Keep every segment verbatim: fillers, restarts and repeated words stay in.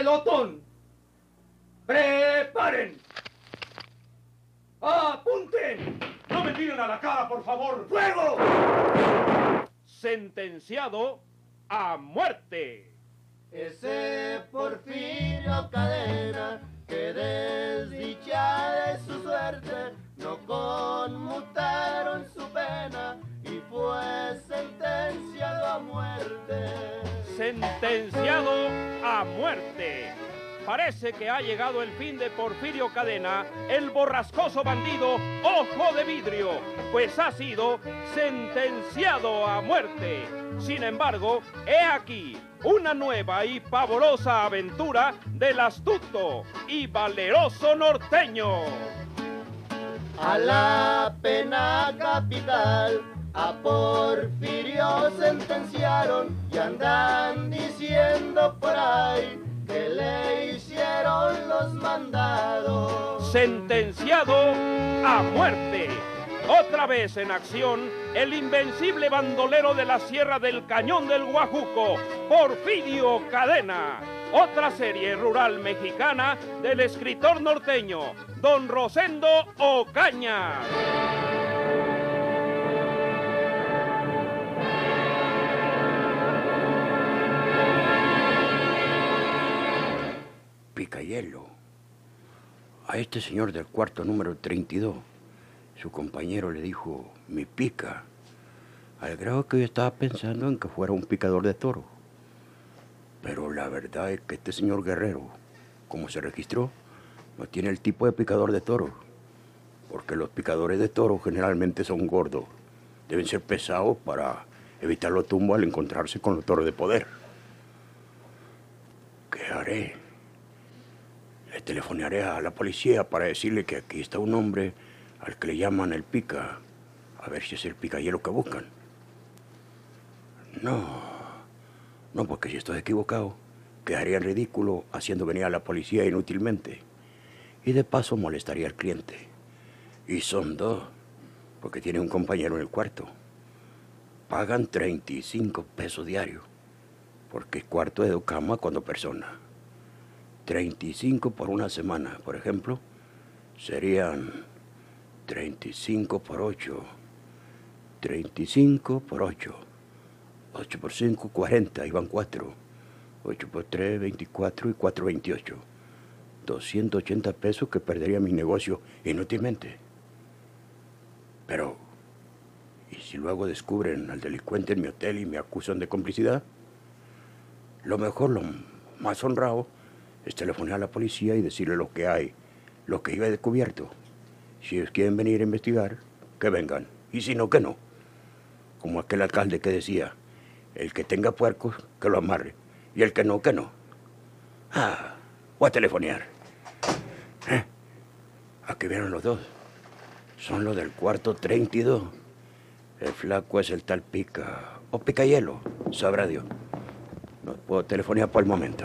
pelotón. ¡Preparen! ¡Apunten! ¡No me tiren a la cara, por favor! ¡Fuego! Sentenciado a muerte. Ese Porfirio Cadena, que desdichada es su suerte, no conmutaron su pena y fue sentenciado a muerte. Sentenciado a muerte. Parece que ha llegado el fin de Porfirio Cadena, el borrascoso bandido Ojo de Vidrio, pues ha sido sentenciado a muerte. Sin embargo, he aquí una nueva y pavorosa aventura del astuto y valeroso norteño. A la pena capital a Porfirio sentenciaron y andan diciendo por ahí que le hicieron los mandados. Sentenciado a muerte. Otra vez en acción, el invencible bandolero de la Sierra del Cañón del Guajuco, Porfirio Cadena. Otra serie rural mexicana del escritor norteño, don Rosendo Ocaña. Picayelo. A este señor del cuarto número treinta y dos, su compañero le dijo, mi pica, al grado que yo estaba pensando en que fuera un picador de toro. Pero la verdad es que este señor Guerrero, como se registró, no tiene el tipo de picador de toro, porque los picadores de toro generalmente son gordos, deben ser pesados para evitar los tumbos al encontrarse con los toros de poder. ¿Qué haré? Le telefonearé a la policía para decirle que aquí está un hombre al que le llaman el pica, a ver si es el picayelo que buscan. No, no, porque si estoy equivocado, quedaría en ridículo haciendo venir a la policía inútilmente. Y de paso molestaría al cliente. Y son dos, porque tiene un compañero en el cuarto. Pagan treinta y cinco pesos diarios, porque el cuarto es de cama cuando persona. treinta y cinco por una semana, por ejemplo, serían treinta y cinco por ocho, treinta y cinco por ocho, ocho por cinco, cuarenta, y van cuatro, ocho por tres, veinticuatro y cuatro, veintiocho. doscientos ochenta pesos que perdería mi negocio inútilmente. Pero, ¿y si luego descubren al delincuente en mi hotel y me acusan de complicidad? Lo mejor, lo más honrado, es telefonear a la policía y decirle lo que hay, lo que yo he descubierto. Si ellos quieren venir a investigar, que vengan. Y si no, que no. Como aquel alcalde que decía, el que tenga puercos, que lo amarre. Y el que no, que no. Ah, voy a telefonear. ¿Eh? Aquí vieron los dos. Son los del cuarto treinta y dos. El flaco es el tal Pica, o Picayelo, sabrá Dios. No puedo telefonear por el momento.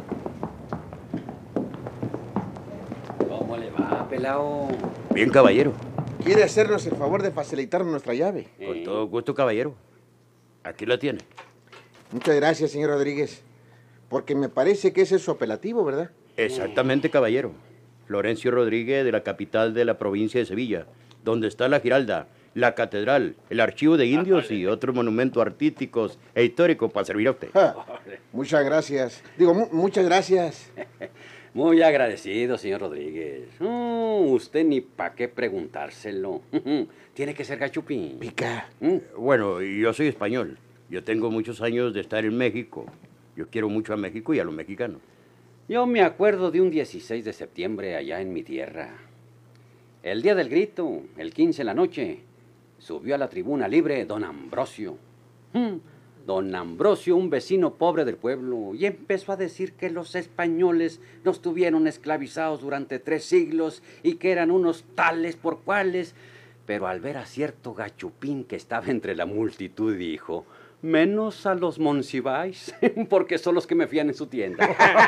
¿Cómo le va, pelao? Bien, caballero. ¿Quiere hacernos el favor de facilitarnos nuestra llave? Con todo gusto, caballero. Aquí la tiene. Muchas gracias, señor Rodríguez. Porque me parece que ese es su apelativo, ¿verdad? Exactamente, caballero. Florencio Rodríguez, de la capital de la provincia de Sevilla, donde está la Giralda, la catedral, el archivo de indios y otros monumentos artísticos e históricos para servir a usted. Ja, muchas gracias. Digo, mu muchas gracias. Muy agradecido, señor Rodríguez. Mm, usted ni para qué preguntárselo. Tiene que ser gachupín. Pica. ¿Mm? Bueno, yo soy español. Yo tengo muchos años de estar en México. Yo quiero mucho a México y a los mexicanos. Yo me acuerdo de un dieciséis de septiembre allá en mi tierra. El día del grito, el quince en la noche, subió a la tribuna libre don Ambrosio. Mm. Don Ambrosio, un vecino pobre del pueblo, y empezó a decir que los españoles nos tuvieron esclavizados durante tres siglos y que eran unos tales por cuales. Pero al ver a cierto gachupín que estaba entre la multitud, dijo, menos a los Monsiváis, porque son los que me fían en su tienda.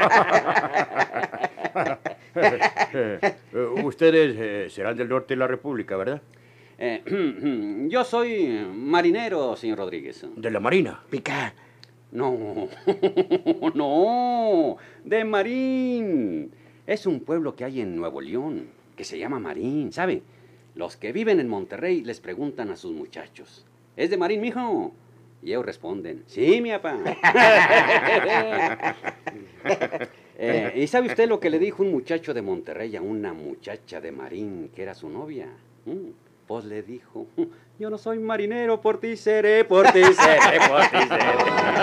Ustedes eh, serán del norte de la República, ¿verdad? Eh, yo soy marinero, señor Rodríguez. ¿De la Marina? Pica. No, no, De Marín. Es un pueblo que hay en Nuevo León, que se llama Marín, ¿sabe? Los que viven en Monterrey les preguntan a sus muchachos, ¿es de Marín, mijo? Y ellos responden, sí, mi papá. eh, ¿Y sabe usted lo que le dijo un muchacho de Monterrey a una muchacha de Marín, que era su novia? Mm, pues le dijo, yo no soy marinero, por ti seré, por ti seré, por ti seré.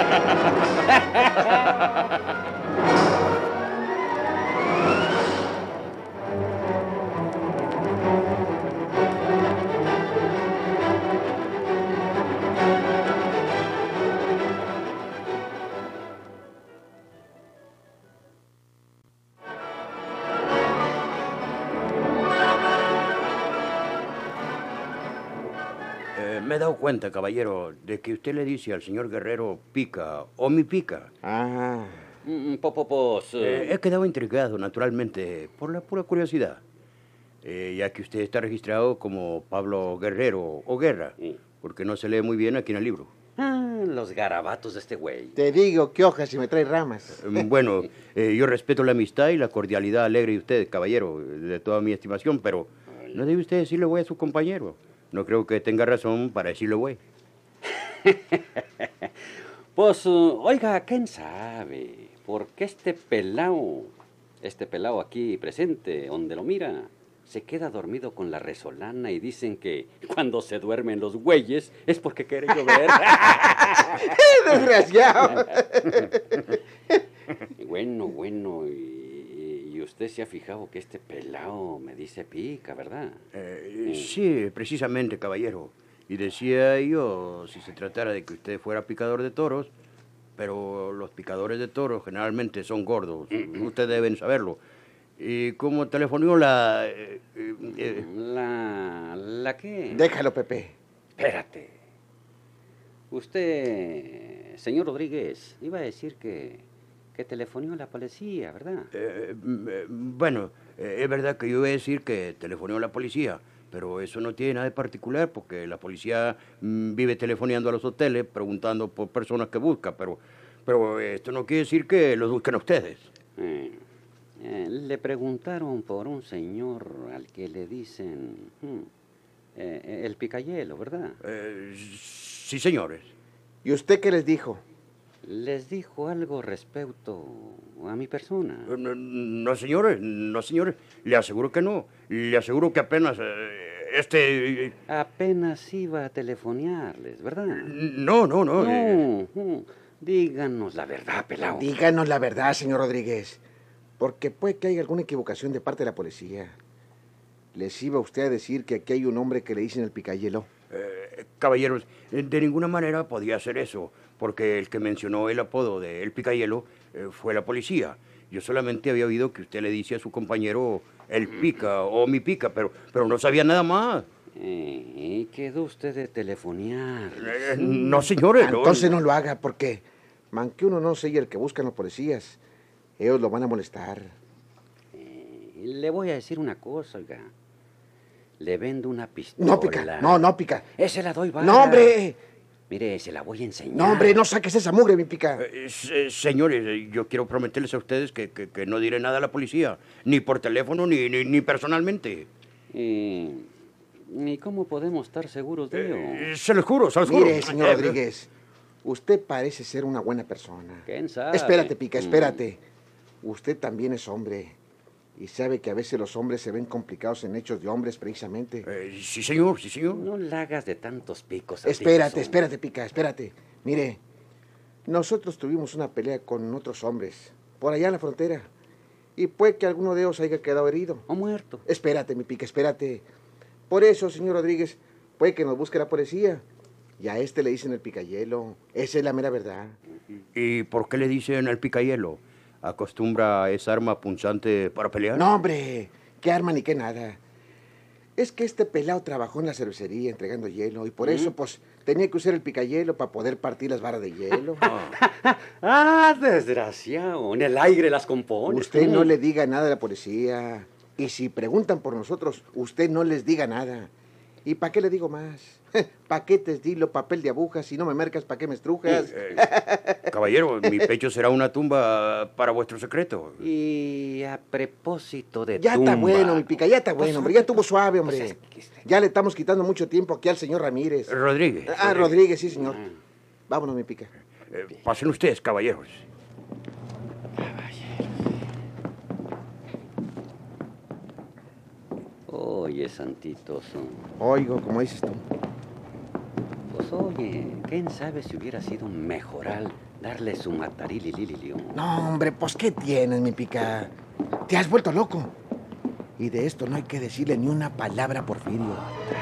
Me he dado cuenta, caballero, de que usted le dice al señor Guerrero pica o mi pica. Ah. Mm, po, po, pues, Eh, eh, he quedado intrigado, naturalmente, por la pura curiosidad. Eh, ya que usted está registrado como Pablo Guerrero o Guerra, Sí. porque no se lee muy bien aquí en el libro. ah, los garabatos de este güey. Te digo que hojas y me trae ramas. Eh, Bueno, eh, yo respeto la amistad y la cordialidad alegre de usted, caballero, de toda mi estimación, pero no debe usted decirle güey a su compañero. No creo que tenga razón para decirle güey. Pues, uh, oiga, ¿quién sabe? Porque este pelao, este pelao aquí presente, donde lo mira, se queda dormido con la resolana y dicen que cuando se duermen los güeyes es porque quiere llover. Desgraciado. Bueno, bueno, y, y usted se ha fijado que este pelao me dice pica, ¿verdad? Eh, sí, precisamente, caballero. Y decía yo, si se tratara de que usted fuera picador de toros, pero los picadores de toros generalmente son gordos. Ustedes deben saberlo. Y como telefonió la... eh, eh, eh, ¿La... la qué? Déjalo, Pepe. Espérate. Usted, señor Rodríguez, iba a decir que, que telefonió a la policía, ¿verdad? eh, eh, bueno, eh, es verdad que yo iba a decir que telefonió a la policía, pero eso no tiene nada de particular porque la policía mm, vive telefoneando a los hoteles preguntando por personas que busca, pero, pero esto no quiere decir que los busquen a ustedes. Eh, eh, le preguntaron por un señor al que le dicen hmm, eh, el picayelo, ¿verdad? Eh, sí, señores. ¿Y usted qué les dijo? ¿Les dijo algo respecto a mi persona? Eh, No, no, señores, no, señores, le aseguro que no. Le aseguro que apenas eh, este... eh, Apenas iba a telefonearles, ¿verdad? no, no, no. eh, No, no. Díganos la verdad, pelao. Díganos la verdad, señor Rodríguez. Porque puede que haya alguna equivocación de parte de la policía. Les iba usted a decir que aquí hay un hombre que le dicen el picayelo. Eh, caballeros, eh, de ninguna manera podía hacer eso, porque el que mencionó el apodo de El Picayelo eh, fue la policía. Yo solamente había oído que usted le dice a su compañero El Pica o Mi Pica, pero, pero no sabía nada más. Eh, ¿Y quedó usted de telefonear? Eh, no, señores. no. Entonces no lo haga, porque manque uno no sea el que buscan los policías. Ellos lo van a molestar. Eh, le voy a decir una cosa, oiga. Le vendo una pistola. No, Pica. No, no, Pica. Ese la doy vara. No, hombre. Mire, se la voy a enseñar. No, hombre, no saques esa mugre, mi Pica. Eh, se- señores, eh, yo quiero prometerles a ustedes que, que- que no diré nada a la policía, ni por teléfono ni, ni, ni personalmente. Eh, ¿Y cómo podemos estar seguros de ello? Eh, se los juro, se los juro. Mire, señor Eh, Rodríguez, usted parece ser una buena persona. ¿Quién sabe? Espérate, Pica, Mm. espérate. Usted también es hombre. Y sabe que a veces los hombres se ven complicados en hechos de hombres, precisamente. eh, sí, señor, sí, señor. No la hagas de tantos picos. Espérate, Altito. espérate, Pica, espérate. Mire, nosotros tuvimos una pelea con otros hombres, por allá en la frontera. Y puede que alguno de ellos haya quedado herido. O muerto. Espérate, mi Pica, espérate. Por eso, señor Rodríguez, puede que nos busque la policía. Y a este le dicen el picayelo. Esa es la mera verdad. ¿Y por qué le dicen El Picayelo? ¿Acostumbra esa arma punzante para pelear? No, hombre, qué arma ni qué nada. Es que este pelado trabajó en la cervecería entregando hielo y por eso, pues, tenía que usar el picayelo para poder partir las barras de hielo. Ah, desgraciado. En el aire las compone. Usted no le diga nada a la policía. Y si preguntan por nosotros, usted no les diga nada. ¿Y para qué le digo más? Paquetes, dilo, papel de agujas, si no me mercas, ¿para qué me estrujas? Eh, caballero, mi pecho será una tumba para vuestro secreto. Y a propósito de Ya tumba... está bueno, mi pica, ya está Pues, bueno, hombre, ya estuvo suave, hombre. pues es que- Ya le estamos quitando mucho tiempo aquí al señor Ramírez. Rodríguez. Ah, Rodríguez, sí, señor. Vámonos, mi pica. Eh, pasen ustedes, caballeros. Oye, Santitoso. Oigo, como dices tú. Pues oye, ¿quién sabe si hubiera sido mejoral darle su matarili lililio? No, hombre, pues ¿qué tienes, mi pica? Te has vuelto loco. Y de esto no hay que decirle ni una palabra a Porfirio.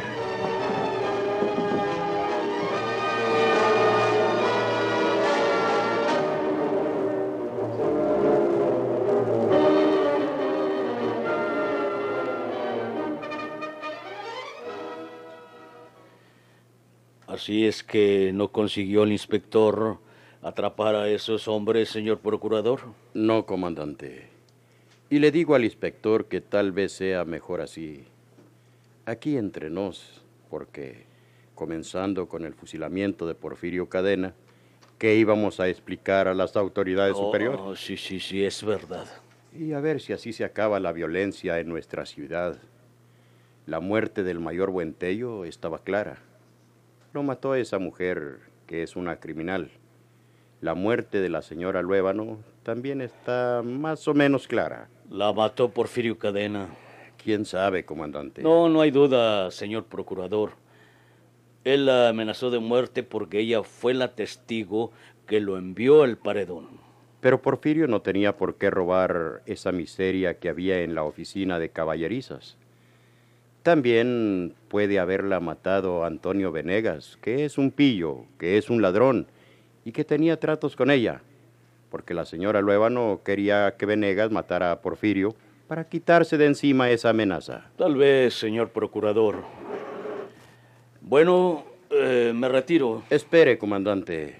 Así es que no consiguió el inspector atrapar a esos hombres, señor procurador. No, comandante. Y le digo al inspector que tal vez sea mejor así. Aquí entre nos, porque comenzando con el fusilamiento de Porfirio Cadena, ¿qué íbamos a explicar a las autoridades Oh, superiores? oh, sí, sí, sí, es verdad. Y a ver si así se acaba la violencia en nuestra ciudad. La muerte del mayor Buentello estaba clara. Lo mató esa mujer, que es una criminal. La muerte de la señora Luébano también está más o menos clara. La mató Porfirio Cadena. ¿Quién sabe, comandante? No, no hay duda, señor procurador. Él la amenazó de muerte porque ella fue la testigo que lo envió al paredón. Pero Porfirio no tenía por qué robar esa miseria que había en la oficina de caballerizas. También puede haberla matado Antonio Venegas, que es un pillo, que es un ladrón, y que tenía tratos con ella, porque la señora Luébano quería que Venegas matara a Porfirio para quitarse de encima esa amenaza. Tal vez, señor procurador. Bueno, eh, me retiro. Espere, comandante.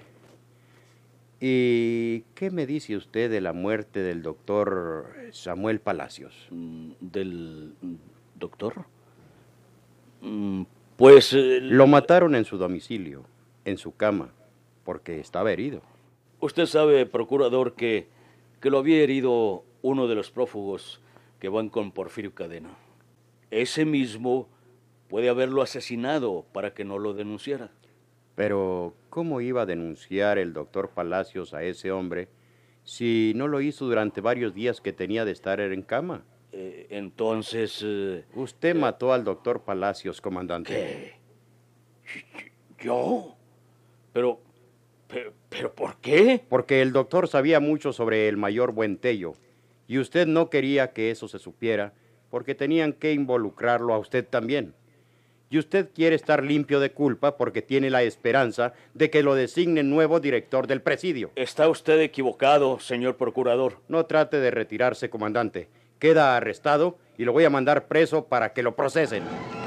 ¿Y qué me dice usted de la muerte del doctor Samuel Palacios? Mm, ¿Del doctor? Mm, Pues... eh, Lo mataron en su domicilio, en su cama, porque estaba herido. Usted sabe, procurador, que, que lo había herido uno de los prófugos que van con Porfirio Cadena. Ese mismo puede haberlo asesinado para que no lo denunciara. Pero, ¿cómo iba a denunciar el doctor Palacios a ese hombre si no lo hizo durante varios días que tenía de estar en cama? Eh, entonces... eh, Usted mató al doctor Palacios, comandante. ¿Qué? ¿Yo? Pero, pero... ¿Pero por qué? Porque el doctor sabía mucho sobre el mayor Buentello, y usted no quería que eso se supiera, porque tenían que involucrarlo a usted también. Y usted quiere estar limpio de culpa porque tiene la esperanza de que lo designe nuevo director del presidio. Está usted equivocado, señor procurador. No trate de retirarse, comandante. Queda arrestado y lo voy a mandar preso para que lo procesen.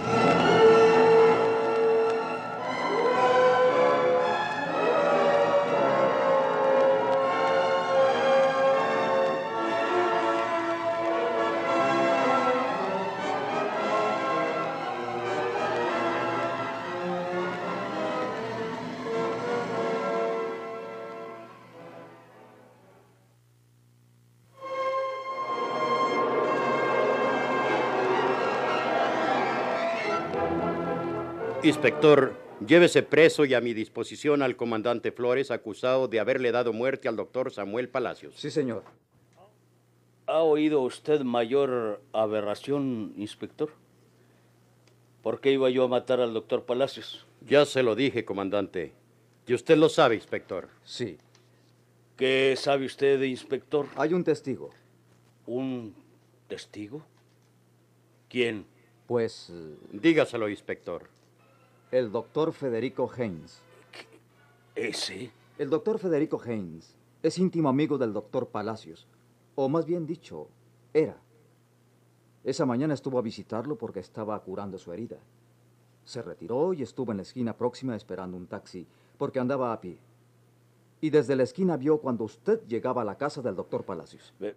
Inspector, llévese preso y a mi disposición al comandante Flores, acusado de haberle dado muerte al doctor Samuel Palacios. Sí, señor. ¿Ha oído usted mayor aberración, inspector? ¿Por qué iba yo a matar al doctor Palacios? Ya se lo dije, comandante. Y usted lo sabe, inspector. Sí. ¿Qué sabe usted, inspector? Hay un testigo. ¿Un testigo? ¿Quién? Pues eh, Dígaselo, inspector. el doctor Federico Haynes. ¿Ese? El doctor Federico Haynes es íntimo amigo del doctor Palacios. O más bien dicho, era. Esa mañana estuvo a visitarlo porque estaba curando su herida. Se retiró y estuvo en la esquina próxima esperando un taxi porque andaba a pie. Y desde la esquina vio cuando usted llegaba a la casa del doctor Palacios. Eh,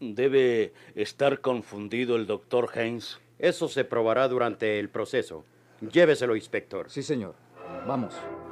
Debe estar confundido el doctor Haynes. Eso se probará durante el proceso. Lléveselo, inspector. Sí, señor. Vamos.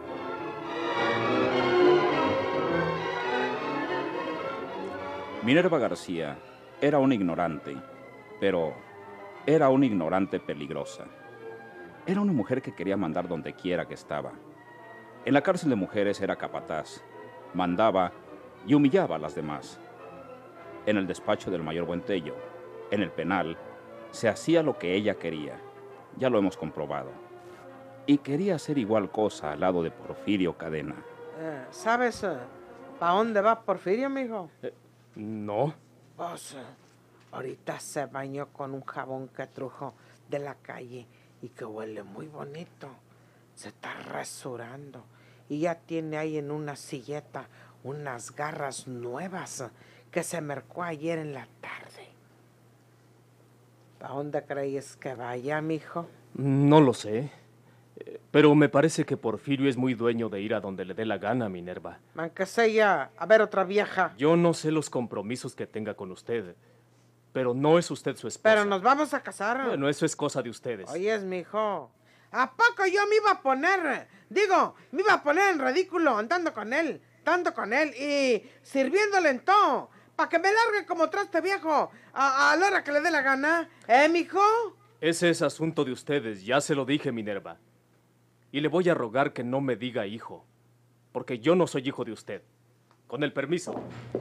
Minerva García era una ignorante, pero era una ignorante peligrosa. Era una mujer que quería mandar donde quiera que estaba. En la cárcel de mujeres era capataz, mandaba y humillaba a las demás. En el despacho del mayor Buentello, en el penal, se hacía lo que ella quería. Ya lo hemos comprobado. Y quería hacer igual cosa al lado de Porfirio Cadena. Eh, ¿Sabes eh, para dónde va Porfirio, mijo? Eh, no. Pues, eh, ahorita se bañó con un jabón que trujo de la calle y que huele muy bonito. Se está rasurando. Y ya tiene ahí en una silleta unas garras nuevas eh, que se mercó ayer en la tarde. ¿Para dónde crees que vaya, mijo? No lo sé. Eh, Pero me parece que Porfirio es muy dueño de ir a donde le dé la gana, Minerva. Aunque sea a ver otra vieja. Yo no sé los compromisos que tenga con usted, pero no es usted su esposa. Pero nos vamos a casar. Bueno, eso es cosa de ustedes. Oyes, mijo. ¿A poco yo me iba a poner, digo, me iba a poner en ridículo andando con él, estando con él y sirviéndole en todo, para que me largue como traste viejo a, a la hora que le dé la gana? ¿Eh, mijo? Ese es asunto de ustedes, ya se lo dije, Minerva. Y le voy a rogar que no me diga hijo, porque yo no soy hijo de usted. Con el permiso.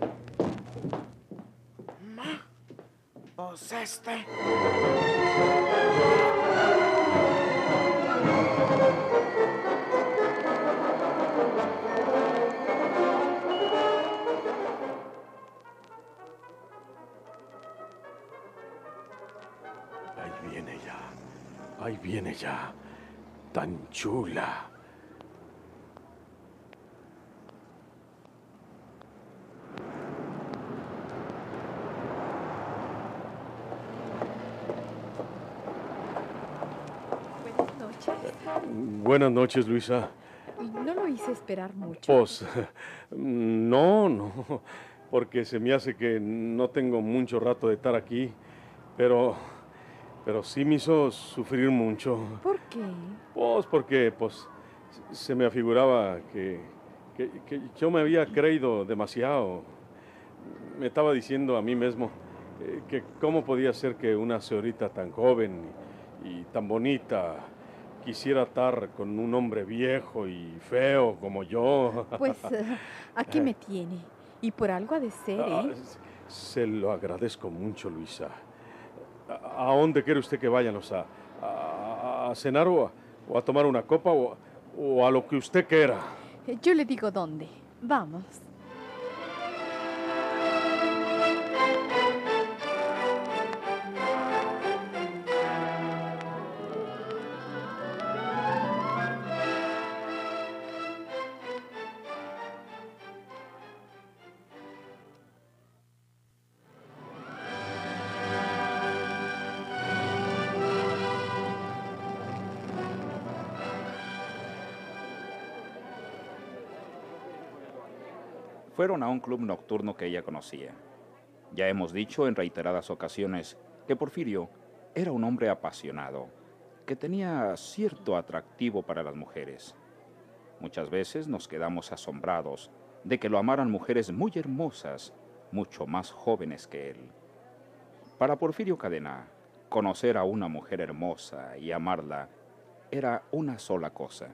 Ma, pues este... Ahí viene ya. Ahí viene ya. Tan chula. Buenas noches. Buenas noches, Luisa. No lo hice esperar mucho. Pues, no, no, porque se me hace que no tengo mucho rato de estar aquí, pero, pero sí me hizo sufrir mucho. ¿Por qué? Pues porque, pues, se me afiguraba que, que, que yo me había creído demasiado. Me estaba diciendo a mí mismo eh, que cómo podía ser que una señorita tan joven y tan bonita quisiera estar con un hombre viejo y feo como yo. Pues eh, aquí me tiene. Y por algo ha de ser, Ah, ¿eh? se lo agradezco mucho, Luisa. ¿A, a dónde quiere usted que vayamos? ¿A, a, a cenar o a, o a tomar una copa o, o a lo que usted quiera? Eh, Yo le digo dónde. Vamos. Fueron a un club nocturno que ella conocía. Ya hemos dicho en reiteradas ocasiones que Porfirio era un hombre apasionado, que tenía cierto atractivo para las mujeres. Muchas veces nos quedamos asombrados de que lo amaran mujeres muy hermosas, mucho más jóvenes que él. Para Porfirio Cadena, conocer a una mujer hermosa y amarla era una sola cosa.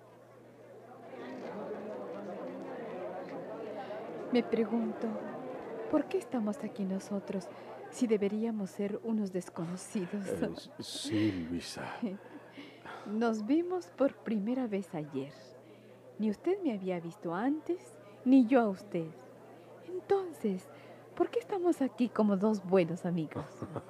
Me pregunto, ¿por qué estamos aquí nosotros si deberíamos ser unos desconocidos? Eh, sí, Luisa. Nos vimos por primera vez ayer. Ni usted me había visto antes, ni yo a usted. Entonces, ¿por qué estamos aquí como dos buenos amigos?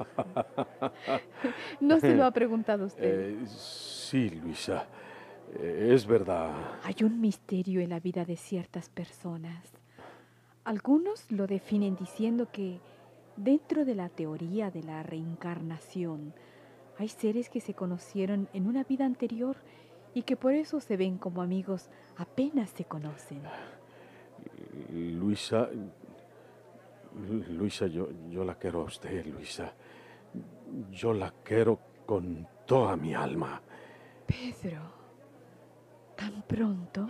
¿No se lo ha preguntado usted? Eh, sí, Luisa. Eh, es verdad. Hay un misterio en la vida de ciertas personas. Algunos lo definen diciendo que dentro de la teoría de la reencarnación hay seres que se conocieron en una vida anterior y que por eso se ven como amigos apenas se conocen. Luisa, Luisa, yo, yo la quiero a usted, Luisa. Yo la quiero con toda mi alma. Pedro, ¿tan pronto?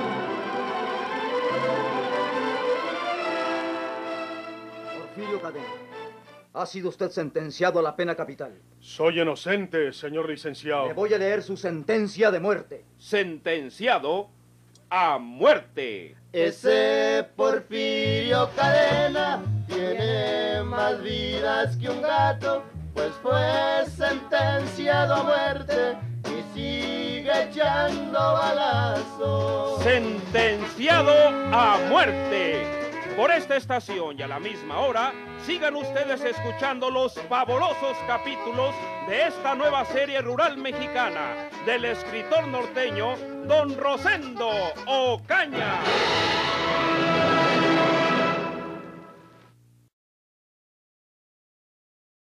Porfirio Cadena, ha sido usted sentenciado a la pena capital. Soy inocente, señor licenciado. Le voy a leer su sentencia de muerte. Sentenciado a muerte. Ese Porfirio Cadena tiene más vidas que un gato, pues fue sentenciado a muerte y sigue echando balazos. Sentenciado a muerte. Por esta estación y a la misma hora, sigan ustedes escuchando los fabulosos capítulos de esta nueva serie rural mexicana del escritor norteño Don Rosendo Ocaña.